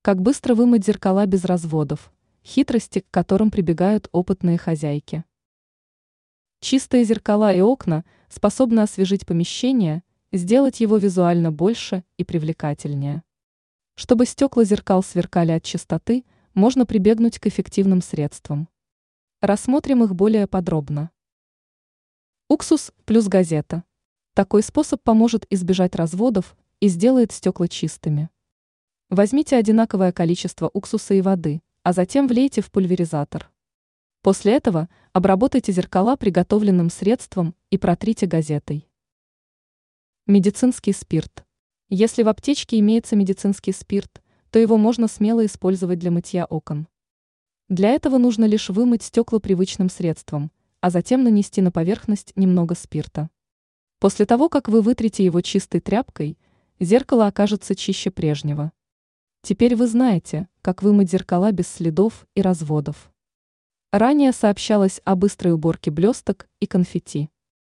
Как быстро вымыть зеркала без разводов? Хитрости, к которым прибегают опытные хозяйки. Чистые зеркала и окна способны освежить помещение, сделать его визуально больше и привлекательнее. Чтобы стекла зеркал сверкали от чистоты, можно прибегнуть к эффективным средствам. Рассмотрим их более подробно. Уксус плюс газета. Такой способ поможет избежать разводов и сделает стекла чистыми. Возьмите одинаковое количество уксуса и воды, а затем влейте в пульверизатор. После этого обработайте зеркала приготовленным средством и протрите газетой. Медицинский спирт. Если в аптечке имеется медицинский спирт, то его можно смело использовать для мытья окон. Для этого нужно лишь вымыть стекла привычным средством, а затем нанести на поверхность немного спирта. После того, как вы вытрете его чистой тряпкой, зеркало окажется чище прежнего. Теперь вы знаете, как вымыть зеркала без следов и разводов. Ранее сообщалось о быстрой уборке блесток и конфетти.